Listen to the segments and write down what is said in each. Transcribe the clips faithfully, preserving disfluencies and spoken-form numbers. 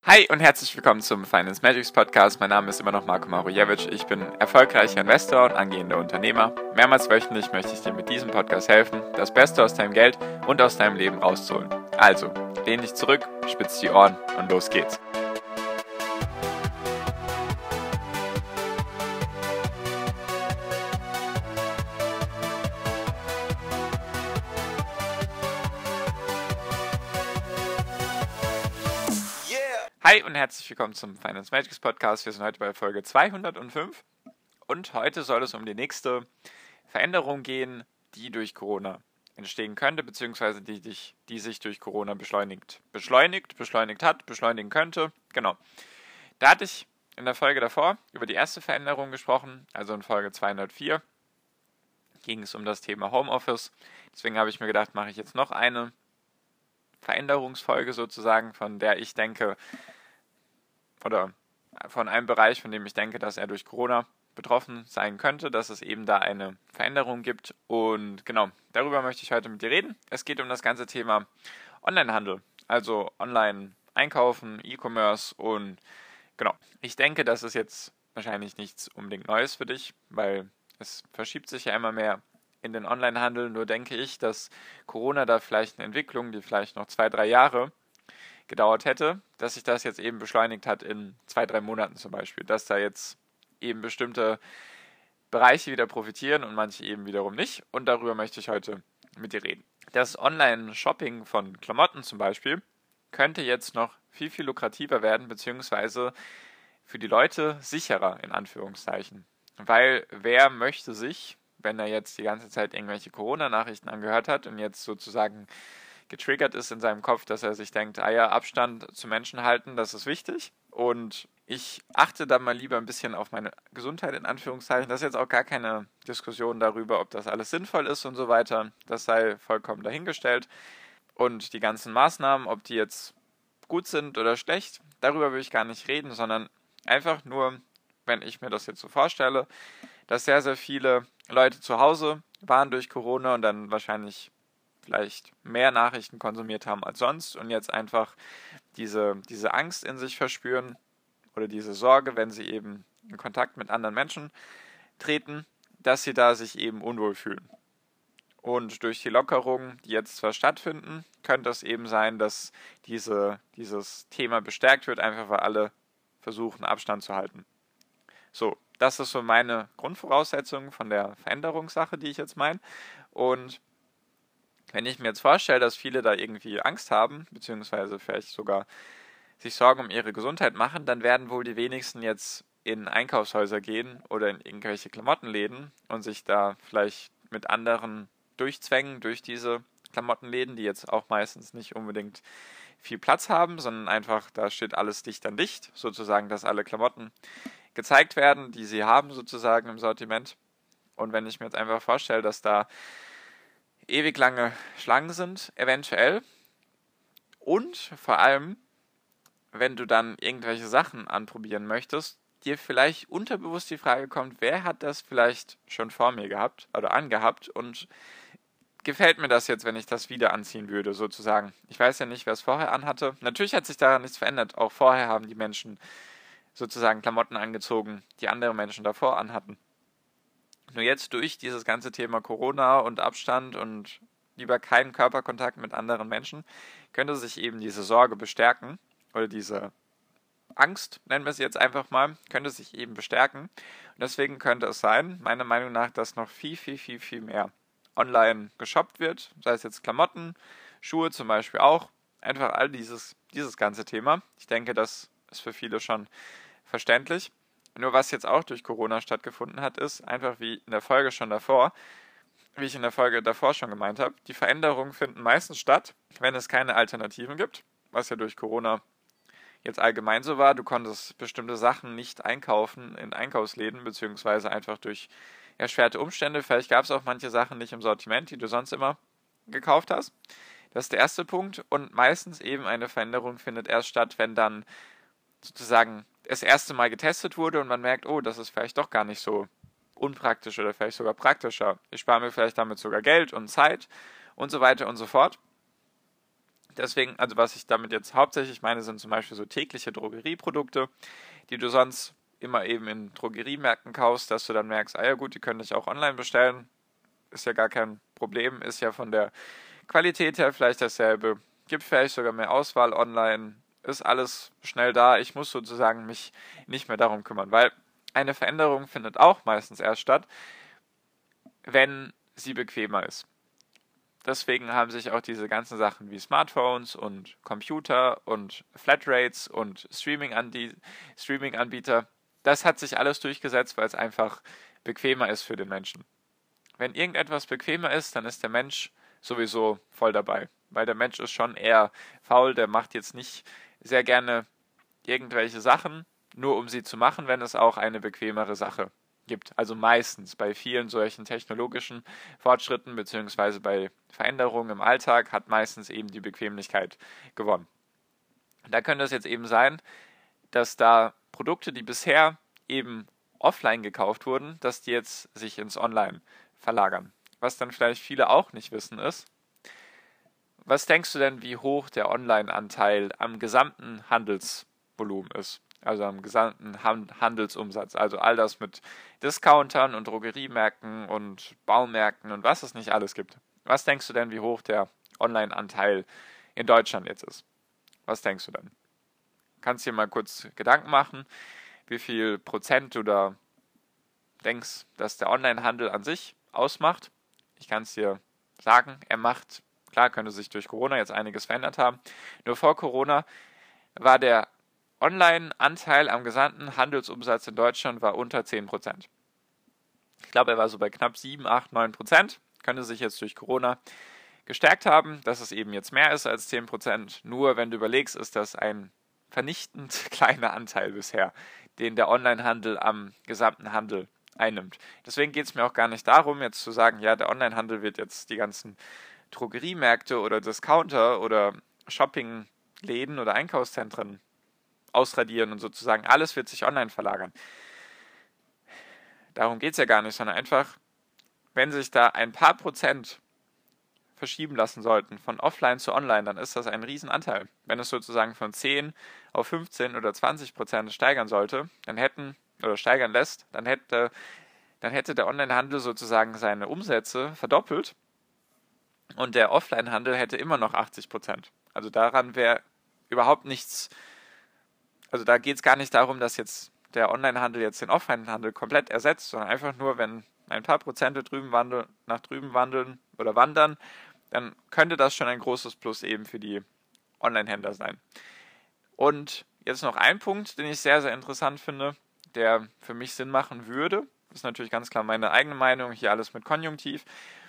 Hi und herzlich willkommen zum Finance Magics Podcast. Mein Name ist immer noch Marko Marujewicz. Ich bin erfolgreicher Investor und angehender Unternehmer. Mehrmals wöchentlich möchte ich dir mit diesem Podcast helfen, das Beste aus deinem Geld und aus deinem Leben rauszuholen. Also, lehn dich zurück, spitz die Ohren und los geht's. Hi und herzlich willkommen zum Finance Magics Podcast. Wir sind heute bei Folge zweihundertfünf und heute soll es um die nächste Veränderung gehen, die durch Corona entstehen könnte, beziehungsweise die, die, die sich durch Corona beschleunigt, beschleunigt, beschleunigt hat, beschleunigen könnte. Genau. Da hatte ich in der Folge davor über die erste Veränderung gesprochen, also in Folge zweihundertvier ging es um das Thema Homeoffice. Deswegen habe ich mir gedacht, mache ich jetzt noch eine Veränderungsfolge sozusagen, von der ich denke, oder von einem Bereich, von dem ich denke, dass er durch Corona betroffen sein könnte, dass es eben da eine Veränderung gibt. Und genau, darüber möchte ich heute mit dir reden. Es geht um das ganze Thema Onlinehandel, also Online-Einkaufen, E-Commerce und genau. Ich denke, das ist jetzt wahrscheinlich nichts unbedingt Neues für dich, weil es verschiebt sich ja immer mehr in den Onlinehandel. Nur denke ich, dass Corona da vielleicht eine Entwicklung, die vielleicht noch zwei, drei Jahre gedauert hätte, dass sich das jetzt eben beschleunigt hat in zwei, drei Monaten zum Beispiel, dass da jetzt eben bestimmte Bereiche wieder profitieren und manche eben wiederum nicht, und darüber möchte ich heute mit dir reden. Das Online-Shopping von Klamotten zum Beispiel könnte jetzt noch viel, viel lukrativer werden, beziehungsweise für die Leute sicherer, in Anführungszeichen, weil wer möchte sich, wenn er jetzt die ganze Zeit irgendwelche Corona-Nachrichten angehört hat und jetzt sozusagen getriggert ist in seinem Kopf, dass er sich denkt, ah ja, Abstand zu Menschen halten, das ist wichtig und ich achte da mal lieber ein bisschen auf meine Gesundheit in Anführungszeichen. Das ist jetzt auch gar keine Diskussion darüber, ob das alles sinnvoll ist und so weiter. Das sei vollkommen dahingestellt. Und die ganzen Maßnahmen, ob die jetzt gut sind oder schlecht, darüber will ich gar nicht reden, sondern einfach nur, wenn ich mir das jetzt so vorstelle, dass sehr, sehr viele Leute zu Hause waren durch Corona und dann wahrscheinlich vielleicht mehr Nachrichten konsumiert haben als sonst und jetzt einfach diese, diese Angst in sich verspüren oder diese Sorge, wenn sie eben in Kontakt mit anderen Menschen treten, dass sie da sich eben unwohl fühlen. Und durch die Lockerungen, die jetzt zwar stattfinden, könnte es eben sein, dass diese, dieses Thema bestärkt wird, einfach weil alle versuchen, Abstand zu halten. So, das ist so meine Grundvoraussetzung von der Veränderungssache, die ich jetzt meine. Und wenn ich mir jetzt vorstelle, dass viele da irgendwie Angst haben, beziehungsweise vielleicht sogar sich Sorgen um ihre Gesundheit machen, dann werden wohl die wenigsten jetzt in Einkaufshäuser gehen oder in irgendwelche Klamottenläden und sich da vielleicht mit anderen durchzwängen durch diese Klamottenläden, die jetzt auch meistens nicht unbedingt viel Platz haben, sondern einfach, da steht alles dicht an dicht, sozusagen, dass alle Klamotten gezeigt werden, die sie haben sozusagen im Sortiment. Und wenn ich mir jetzt einfach vorstelle, dass da ewig lange Schlangen sind, eventuell. Und vor allem, wenn du dann irgendwelche Sachen anprobieren möchtest, dir vielleicht unterbewusst die Frage kommt, wer hat das vielleicht schon vor mir gehabt oder angehabt und gefällt mir das jetzt, wenn ich das wieder anziehen würde, sozusagen. Ich weiß ja nicht, wer es vorher anhatte. Natürlich hat sich daran nichts verändert. Auch vorher haben die Menschen sozusagen Klamotten angezogen, die andere Menschen davor anhatten. Nur jetzt durch dieses ganze Thema Corona und Abstand und lieber keinen Körperkontakt mit anderen Menschen, könnte sich eben diese Sorge bestärken oder diese Angst, nennen wir es jetzt einfach mal, könnte sich eben bestärken. Und deswegen könnte es sein, meiner Meinung nach, dass noch viel, viel, viel, viel mehr online geshoppt wird, sei es jetzt Klamotten, Schuhe zum Beispiel auch, einfach all dieses, dieses ganze Thema. Ich denke, das ist für viele schon verständlich. Nur was jetzt auch durch Corona stattgefunden hat, ist einfach wie in der Folge schon davor, wie ich in der Folge davor schon gemeint habe, die Veränderungen finden meistens statt, wenn es keine Alternativen gibt, was ja durch Corona jetzt allgemein so war. Du konntest bestimmte Sachen nicht einkaufen in Einkaufsläden, beziehungsweise einfach durch erschwerte Umstände. Vielleicht gab es auch manche Sachen nicht im Sortiment, die du sonst immer gekauft hast. Das ist der erste Punkt. Und meistens eben eine Veränderung findet erst statt, wenn dann sozusagen das erste Mal getestet wurde und man merkt, oh, das ist vielleicht doch gar nicht so unpraktisch oder vielleicht sogar praktischer. Ich spare mir vielleicht damit sogar Geld und Zeit und so weiter und so fort. Deswegen, also was ich damit jetzt hauptsächlich meine, sind zum Beispiel so tägliche Drogerieprodukte, die du sonst immer eben in Drogeriemärkten kaufst, dass du dann merkst, ah ja gut, die können dich auch online bestellen, ist ja gar kein Problem, ist ja von der Qualität her vielleicht dasselbe, gibt vielleicht sogar mehr Auswahl online, ist alles schnell da, ich muss sozusagen mich nicht mehr darum kümmern, weil eine Veränderung findet auch meistens erst statt, wenn sie bequemer ist. Deswegen haben sich auch diese ganzen Sachen wie Smartphones und Computer und Flatrates und Streaming-Anbieter, das hat sich alles durchgesetzt, weil es einfach bequemer ist für den Menschen. Wenn irgendetwas bequemer ist, dann ist der Mensch sowieso voll dabei. Weil der Mensch ist schon eher faul, der macht jetzt nicht sehr gerne irgendwelche Sachen, nur um sie zu machen, wenn es auch eine bequemere Sache gibt. Also meistens bei vielen solchen technologischen Fortschritten beziehungsweise bei Veränderungen im Alltag hat meistens eben die Bequemlichkeit gewonnen. Da könnte es jetzt eben sein, dass da Produkte, die bisher eben offline gekauft wurden, dass die jetzt sich ins Online verlagern. Was dann vielleicht viele auch nicht wissen ist, was denkst du denn, wie hoch der Online-Anteil am gesamten Handelsvolumen ist? Also am gesamten Handelsumsatz. Also all das mit Discountern und Drogeriemärkten und Baumärkten und was es nicht alles gibt. Was denkst du denn, wie hoch der Online-Anteil in Deutschland jetzt ist? Was denkst du denn? Kannst dir mal kurz Gedanken machen, wie viel Prozent du da denkst, dass der Onlinehandel an sich ausmacht. Ich kann es dir sagen, er macht, klar könnte sich durch Corona jetzt einiges verändert haben, nur vor Corona war der Online-Anteil am gesamten Handelsumsatz in Deutschland war unter zehn Prozent. Ich glaube, er war so bei knapp sieben, acht, neun Prozent, könnte sich jetzt durch Corona gestärkt haben, dass es eben jetzt mehr ist als zehn Prozent. Nur wenn du überlegst, ist das ein vernichtend kleiner Anteil bisher, den der Onlinehandel am gesamten Handel einnimmt. Deswegen geht es mir auch gar nicht darum, jetzt zu sagen, ja, der Onlinehandel wird jetzt die ganzen Drogeriemärkte oder Discounter oder Shoppingläden oder Einkaufszentren ausradieren und sozusagen alles wird sich online verlagern. Darum geht es ja gar nicht, sondern einfach, wenn sich da ein paar Prozent verschieben lassen sollten, von offline zu online, dann ist das ein Riesenanteil. Wenn es sozusagen von zehn auf fünfzehn oder zwanzig Prozent steigern sollte, dann hätten, oder steigern lässt, dann hätte, dann hätte der Onlinehandel sozusagen seine Umsätze verdoppelt und der Offlinehandel hätte immer noch achtzig Prozent. Also daran wäre überhaupt nichts, also da geht es gar nicht darum, dass jetzt der Onlinehandel jetzt den Offlinehandel komplett ersetzt, sondern einfach nur, wenn ein paar Prozente drüben wandeln, nach drüben wandeln oder wandern, dann könnte das schon ein großes Plus eben für die Online-Händler sein. Und jetzt noch ein Punkt, den ich sehr, sehr interessant finde, der für mich Sinn machen würde. Das ist natürlich ganz klar meine eigene Meinung, hier alles mit Konjunktiv.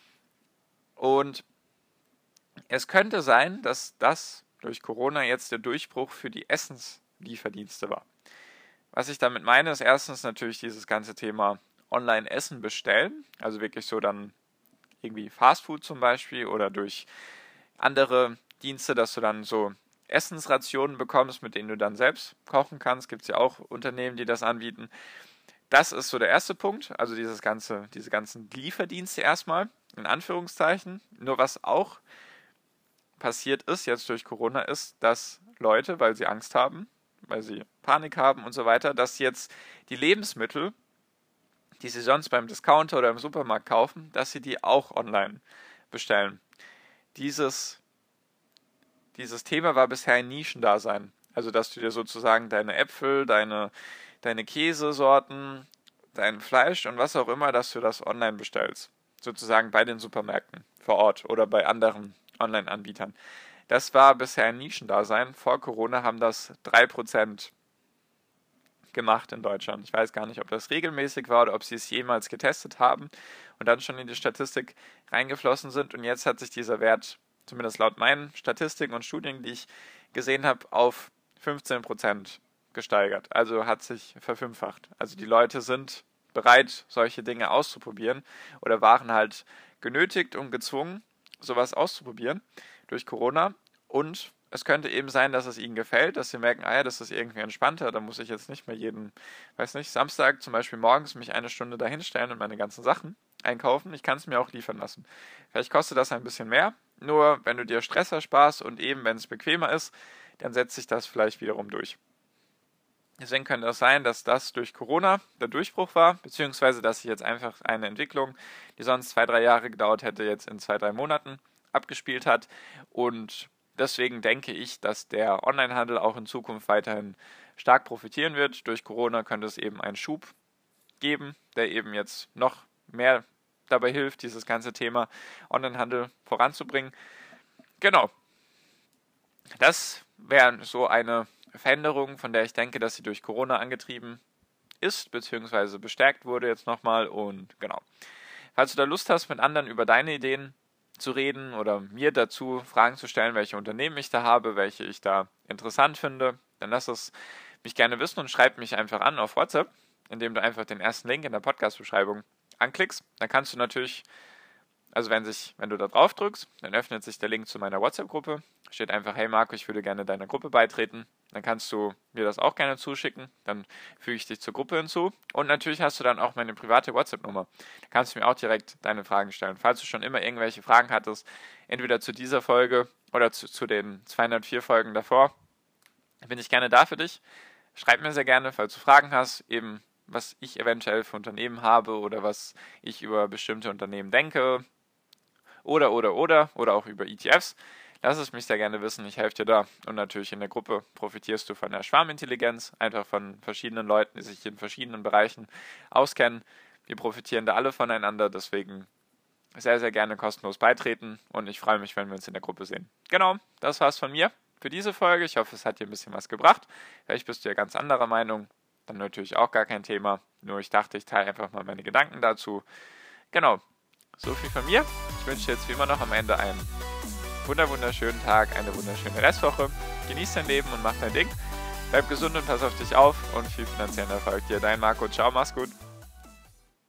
Und es könnte sein, dass das durch Corona jetzt der Durchbruch für die Essenslieferdienste war. Was ich damit meine, ist erstens natürlich dieses ganze Thema Online-Essen bestellen, also wirklich so dann irgendwie Fastfood zum Beispiel oder durch andere Dienste, dass du dann so Essensrationen bekommst, mit denen du dann selbst kochen kannst. Gibt es ja auch Unternehmen, die das anbieten. Das ist so der erste Punkt, also dieses ganze, diese ganzen Lieferdienste erstmal, in Anführungszeichen. Nur was auch passiert ist jetzt durch Corona ist, dass Leute, weil sie Angst haben, weil sie Panik haben und so weiter, dass jetzt die Lebensmittel, die sie sonst beim Discounter oder im Supermarkt kaufen, dass sie die auch online bestellen. Dieses, dieses Thema war bisher ein Nischendasein. Also, dass du dir sozusagen deine Äpfel, deine, deine Käsesorten, dein Fleisch und was auch immer, dass du das online bestellst. Sozusagen bei den Supermärkten vor Ort oder bei anderen Online-Anbietern. Das war bisher ein Nischendasein. Vor Corona haben das drei Prozent gemacht in Deutschland. Ich weiß gar nicht, ob das regelmäßig war oder ob sie es jemals getestet haben und dann schon in die Statistik reingeflossen sind. Und jetzt hat sich dieser Wert, zumindest laut meinen Statistiken und Studien, die ich gesehen habe, auf fünfzehn Prozent gesteigert. Also hat sich verfünffacht. Also die Leute sind bereit, solche Dinge auszuprobieren oder waren halt genötigt und gezwungen, sowas auszuprobieren durch Corona. Und es könnte eben sein, dass es ihnen gefällt, dass sie merken, ah ja, das ist irgendwie entspannter, da muss ich jetzt nicht mehr jeden, weiß nicht, Samstag zum Beispiel morgens mich eine Stunde dahinstellen und meine ganzen Sachen einkaufen. Ich kann es mir auch liefern lassen. Vielleicht kostet das ein bisschen mehr, Nur wenn du dir Stress ersparst und eben, wenn es bequemer ist, dann setzt sich das vielleicht wiederum durch. Deswegen könnte es sein, dass das durch Corona der Durchbruch war, beziehungsweise dass sich jetzt einfach eine Entwicklung, die sonst zwei, drei Jahre gedauert hätte, jetzt in zwei, drei Monaten abgespielt hat. Und deswegen denke ich, dass der Onlinehandel auch in Zukunft weiterhin stark profitieren wird. Durch Corona könnte es eben einen Schub geben, der eben jetzt noch mehr dabei hilft, dieses ganze Thema Onlinehandel voranzubringen. Genau. Das wäre so eine Veränderung, von der ich denke, dass sie durch Corona angetrieben ist, beziehungsweise bestärkt wurde jetzt nochmal. Und genau. Falls du da Lust hast, mit anderen über deine Ideen zu reden oder mir dazu Fragen zu stellen, welche Unternehmen ich da habe, welche ich da interessant finde, dann lass es mich gerne wissen und schreib mich einfach an auf WhatsApp, indem du einfach den ersten Link in der Podcast-Beschreibung anklickst. Dann kannst du natürlich, also wenn sich, wenn du da drauf drückst, dann öffnet sich der Link zu meiner WhatsApp-Gruppe. Steht einfach, hey Marco, ich würde gerne deiner Gruppe beitreten. Dann kannst du mir das auch gerne zuschicken. Dann füge ich dich zur Gruppe hinzu. Und natürlich hast du dann auch meine private WhatsApp-Nummer. Da kannst du mir auch direkt deine Fragen stellen. Falls du schon immer irgendwelche Fragen hattest, entweder zu dieser Folge oder zu, zu den zweihundertvier Folgen davor, bin ich gerne da für dich. Schreib mir sehr gerne, falls du Fragen hast, eben was ich eventuell für Unternehmen habe oder was ich über bestimmte Unternehmen denke oder, oder, oder, oder auch über E T Fs. Lass es mich sehr gerne wissen, ich helfe dir da. Und natürlich in der Gruppe profitierst du von der Schwarmintelligenz, einfach von verschiedenen Leuten, die sich in verschiedenen Bereichen auskennen. Wir profitieren da alle voneinander, deswegen sehr, sehr gerne kostenlos beitreten und ich freue mich, wenn wir uns in der Gruppe sehen. Genau, das war's von mir für diese Folge. Ich hoffe, es hat dir ein bisschen was gebracht. Vielleicht bist du ja ganz anderer Meinung, dann natürlich auch gar kein Thema. Nur ich dachte, ich teile einfach mal meine Gedanken dazu. Genau, so viel von mir. Ich wünsche dir jetzt wie immer noch am Ende einen wunderschönen Tag, eine wunderschöne Restwoche. Genieß dein Leben und mach dein Ding. Bleib gesund und pass auf dich auf und viel finanziellen Erfolg dir. Dein Marco. Ciao, mach's gut.